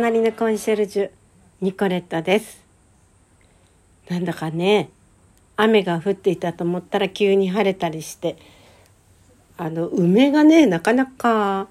隣のコンシェルジュニコレットです。なんだかね、雨が降っていたと思ったら急に晴れたりして、梅がねなかなか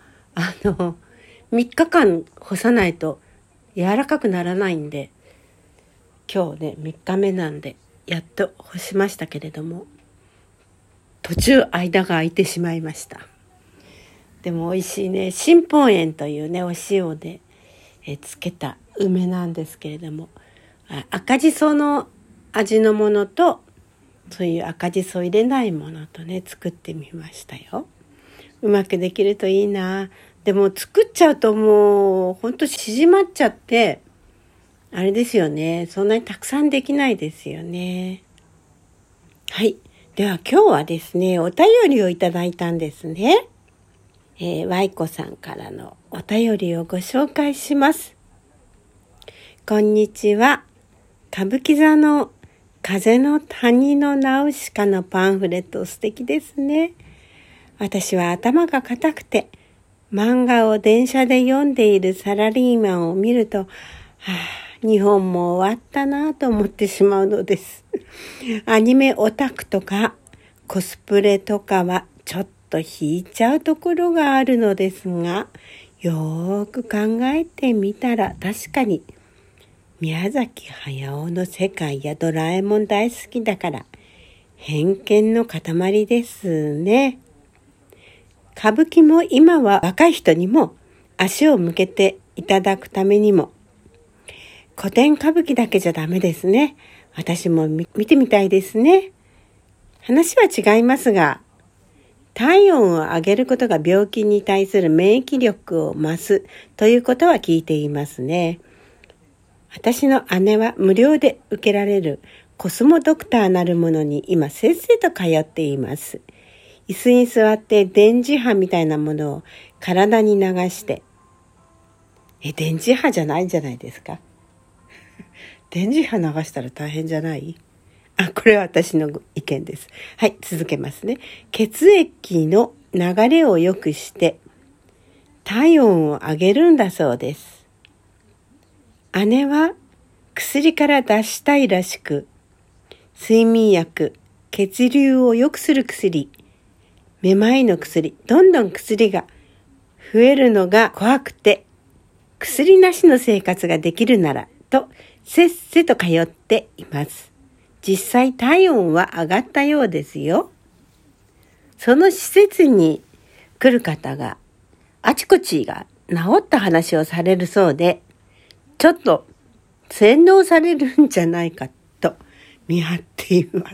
3日間干さないと柔らかくならないんで、今日ね3日目なんでやっと干しましたけれども、途中間が空いてしまいました。でも美味しいね、新本園というねお塩でつけた梅なんですけれども、赤じその味のものとそういう赤じそ入れないものとね作ってみましたよ。うまくできるといいな。でも作っちゃうともうほんと縮まっちゃってあれですよね、そんなにたくさんできないですよね。はい、では今日はですねお便りをいただいたんですね。Y 子さんからのお便りをご紹介します。こんにちは。歌舞伎座の風の谷のナウシカのパンフレット素敵ですね。私は頭が固くて漫画を電車で読んでいるサラリーマンを見ると、日本も終わったなと思ってしまうのです。アニメオタクとかコスプレとかはちょっと引いちゃうところがあるのですが、よーく考えてみたら確かに宮崎駿の世界やドラえもん大好きだから偏見の塊ですね。歌舞伎も今は若い人にも足を向けていただくためにも古典歌舞伎だけじゃダメですね。私も見てみたいですね。話は違いますが、体温を上げることが病気に対する免疫力を増すということは聞いていますね。私の姉は無料で受けられるコスモドクターなるものに今せっせと通っています。椅子に座って電磁波みたいなものを体に流して、電磁波じゃないんじゃないですか。電磁波流したら大変じゃない？これは私の意見です。はい、続けますね。血液の流れを良くして体温を上げるんだそうです。姉は薬から脱したいらしく、睡眠薬、血流を良くする薬、めまいの薬、どんどん薬が増えるのが怖くて、薬なしの生活ができるならとせっせと通っています。実際体温は上がったようですよ。その施設に来る方があちこちが治った話をされるそうで、ちょっと洗脳されるんじゃないかと見張っています。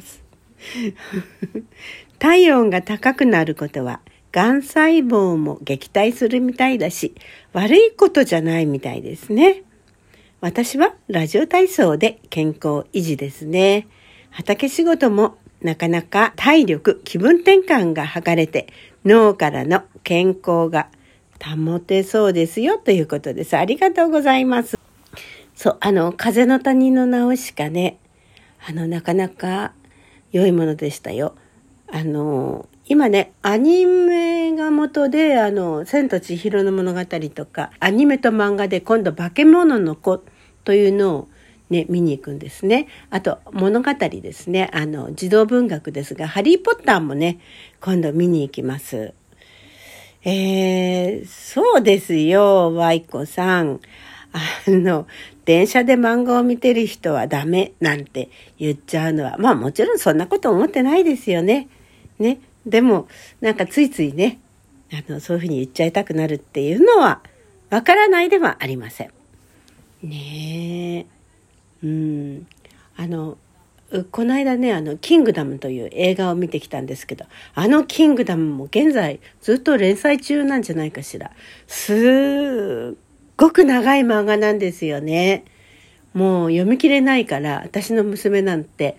体温が高くなることはがん細胞も撃退するみたいだし、悪いことじゃないみたいですね。私はラジオ体操で健康維持ですね。畑仕事もなかなか体力、気分転換が図れて脳からの健康が保てそうですよということです。ありがとうございます。そう、風の谷のナウシカね、なかなか良いものでしたよ。今ね、アニメが元で、千と千尋の物語とか、アニメと漫画で今度化け物の子というのをね、見に行くんですね。あと、物語ですね。児童文学ですが、ハリーポッターもね、今度見に行きます。そうですよ、ワイコさん。電車で漫画を見てる人はダメなんて言っちゃうのは、もちろんそんなこと思ってないですよね。ね。でも、なんかついついね、そういうふうに言っちゃいたくなるっていうのは、わからないではありません。ねえ。この間ね、キングダムという映画を見てきたんですけど、キングダムも現在ずっと連載中なんじゃないかしら。すっごく長い漫画なんですよね。もう読み切れないから、私の娘なんて、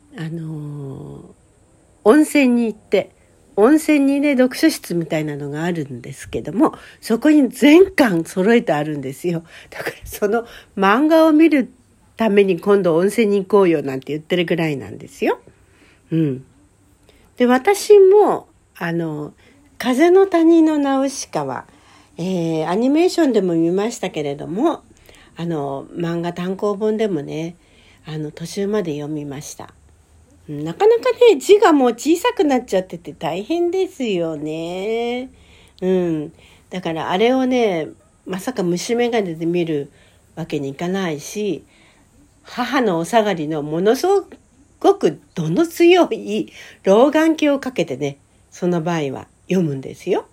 温泉に行って、温泉にね、読書室みたいなのがあるんですけども、そこに全巻揃えてあるんですよ。だからその漫画を見るために今度温泉に行こうよなんて言ってるぐらいなんですよ。で、私も、風の谷のナウシカは、アニメーションでも見ましたけれども、 漫画単行本でもね、途中まで読みました。なかなかね、字がもう小さくなっちゃってて大変ですよね。だからあれをね、まさか虫眼鏡で見るわけにいかないし、母のお下がりのものすごく度の強い老眼鏡をかけてね、その場合は読むんですよ。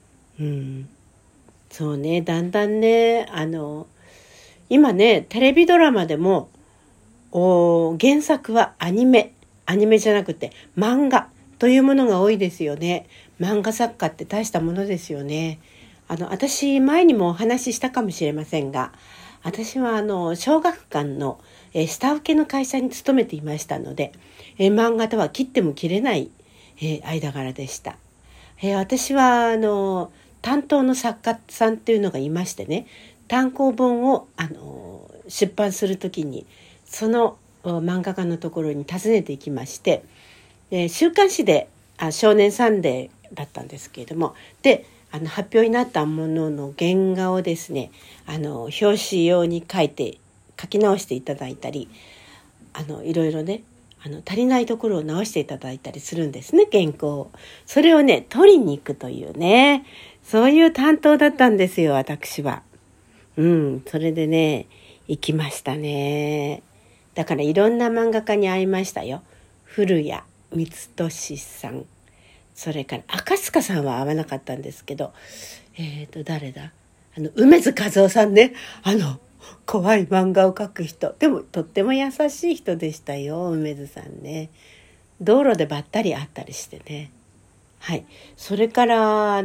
そうね、だんだんね、今ね、テレビドラマでも原作はアニメじゃなくて漫画というものが多いですよね。漫画作家って大したものですよね。私前にもお話ししたかもしれませんが、私は小学館の下請けの会社に勤めていましたので、漫画とは切っても切れない、間柄でした。私は担当の作家さんっていうのがいましてね、単行本を出版するときにその漫画家のところに訪ねていきまして、週刊誌で少年サンデーだったんですけれども、で発表になったものの原画をですね、表紙用に書き直していただいたり、いろいろね、足りないところを直していただいたりするんですね、原稿を。それをね、取りに行くというね、そういう担当だったんですよ、私は。それでね、行きましたね。だからいろんな漫画家に会いましたよ。古谷光俊さん、それから赤塚さんは会わなかったんですけど、誰だ、梅津和夫さんね、怖い漫画を描く人、でもとっても優しい人でしたよ、梅津さんね。道路でばったり会ったりしてね。はい、それから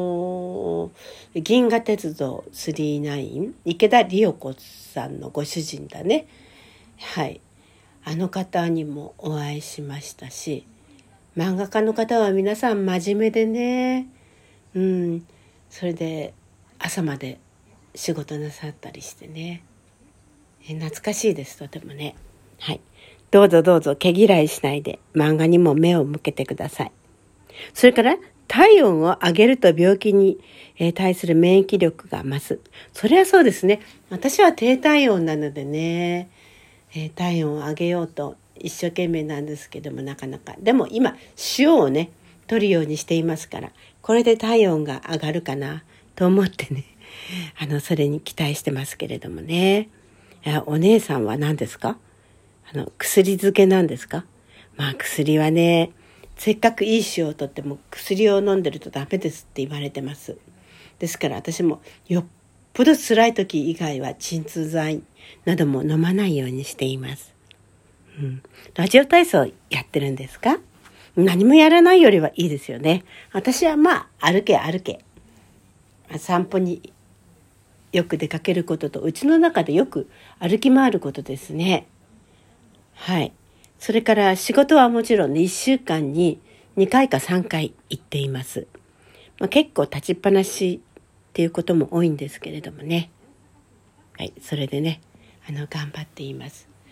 銀河鉄道999、池田理代子さんのご主人だね。はい、あの方にもお会いしましたし、漫画家の方は皆さん真面目でね、それで朝まで仕事なさったりしてね、懐かしいです、とてもね。はい、どうぞ毛嫌いしないで漫画にも目を向けてください。それから体温を上げると病気に対する免疫力が増す。それはそうですね。私は低体温なのでね、体温を上げようと一生懸命なんですけども、なかなか。でも今塩をね取るようにしていますから、これで体温が上がるかなと思ってね、それに期待してますけれどもね。お姉さんは何ですか？薬漬けなんですか？まあ薬はね、せっかくいい塩を取っても薬を飲んでるとダメですって言われてます。ですから私もよっぽど辛い時以外は鎮痛剤なども飲まないようにしています。ラジオ体操やってるんですか？何もやらないよりはいいですよね。私は歩け散歩によく出かけることと、うちの中でよく歩き回ることですね。はい。それから仕事はもちろんね、1週間に2回か3回行っています。結構立ちっぱなしっていうことも多いんですけれどもね。はい。それでね、頑張っています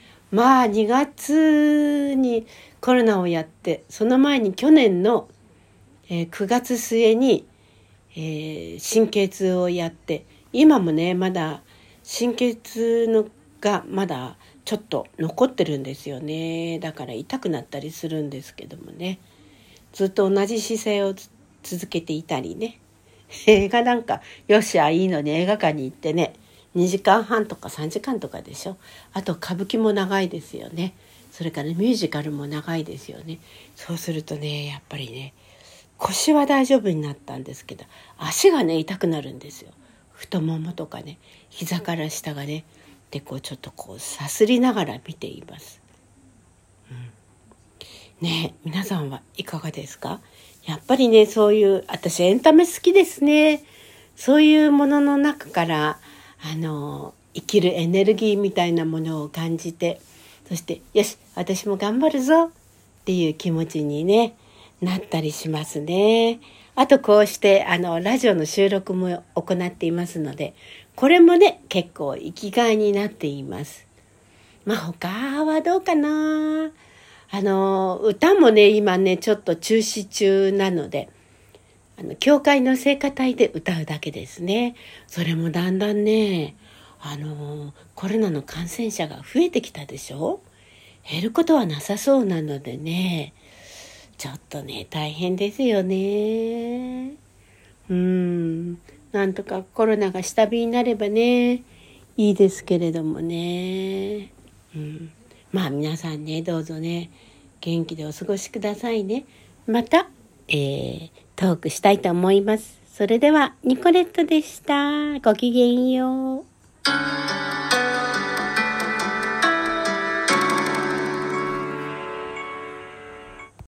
。2月にコロナをやって、その前に去年の、9月末に、神経痛をやって、今もねまだ神経痛がまだちょっと残ってるんですよね。だから痛くなったりするんですけどもね、ずっと同じ姿勢を続けていたりね、映画なんかよしいいのに映画館に行ってね、2時間半とか3時間とかでしょ。あと歌舞伎も長いですよね。それからミュージカルも長いですよね。そうするとね、やっぱりね、腰は大丈夫になったんですけど、足がね痛くなるんですよ。太ももとかね、膝から下がね、でちょっとさすりながら見ています。ねえ、皆さんはいかがですか？やっぱりね、そういう私エンタメ好きですね。そういうものの中から生きるエネルギーみたいなものを感じて、そしてよし私も頑張るぞっていう気持ちにねなったりしますね。あとこうしてラジオの収録も行っていますので、これもね結構生きがいになっています。他はどうかな。歌もね今ねちょっと中止中なので、教会の聖歌隊で歌うだけですね。それもだんだんねコロナの感染者が増えてきたでしょ。減ることはなさそうなのでね、ちょっとね大変ですよね。なんとかコロナが下火になればねいいですけれどもね。まあ皆さんね、どうぞね元気でお過ごしくださいね。また、トークしたいと思います。それではニコレットでした。ごきげんよう。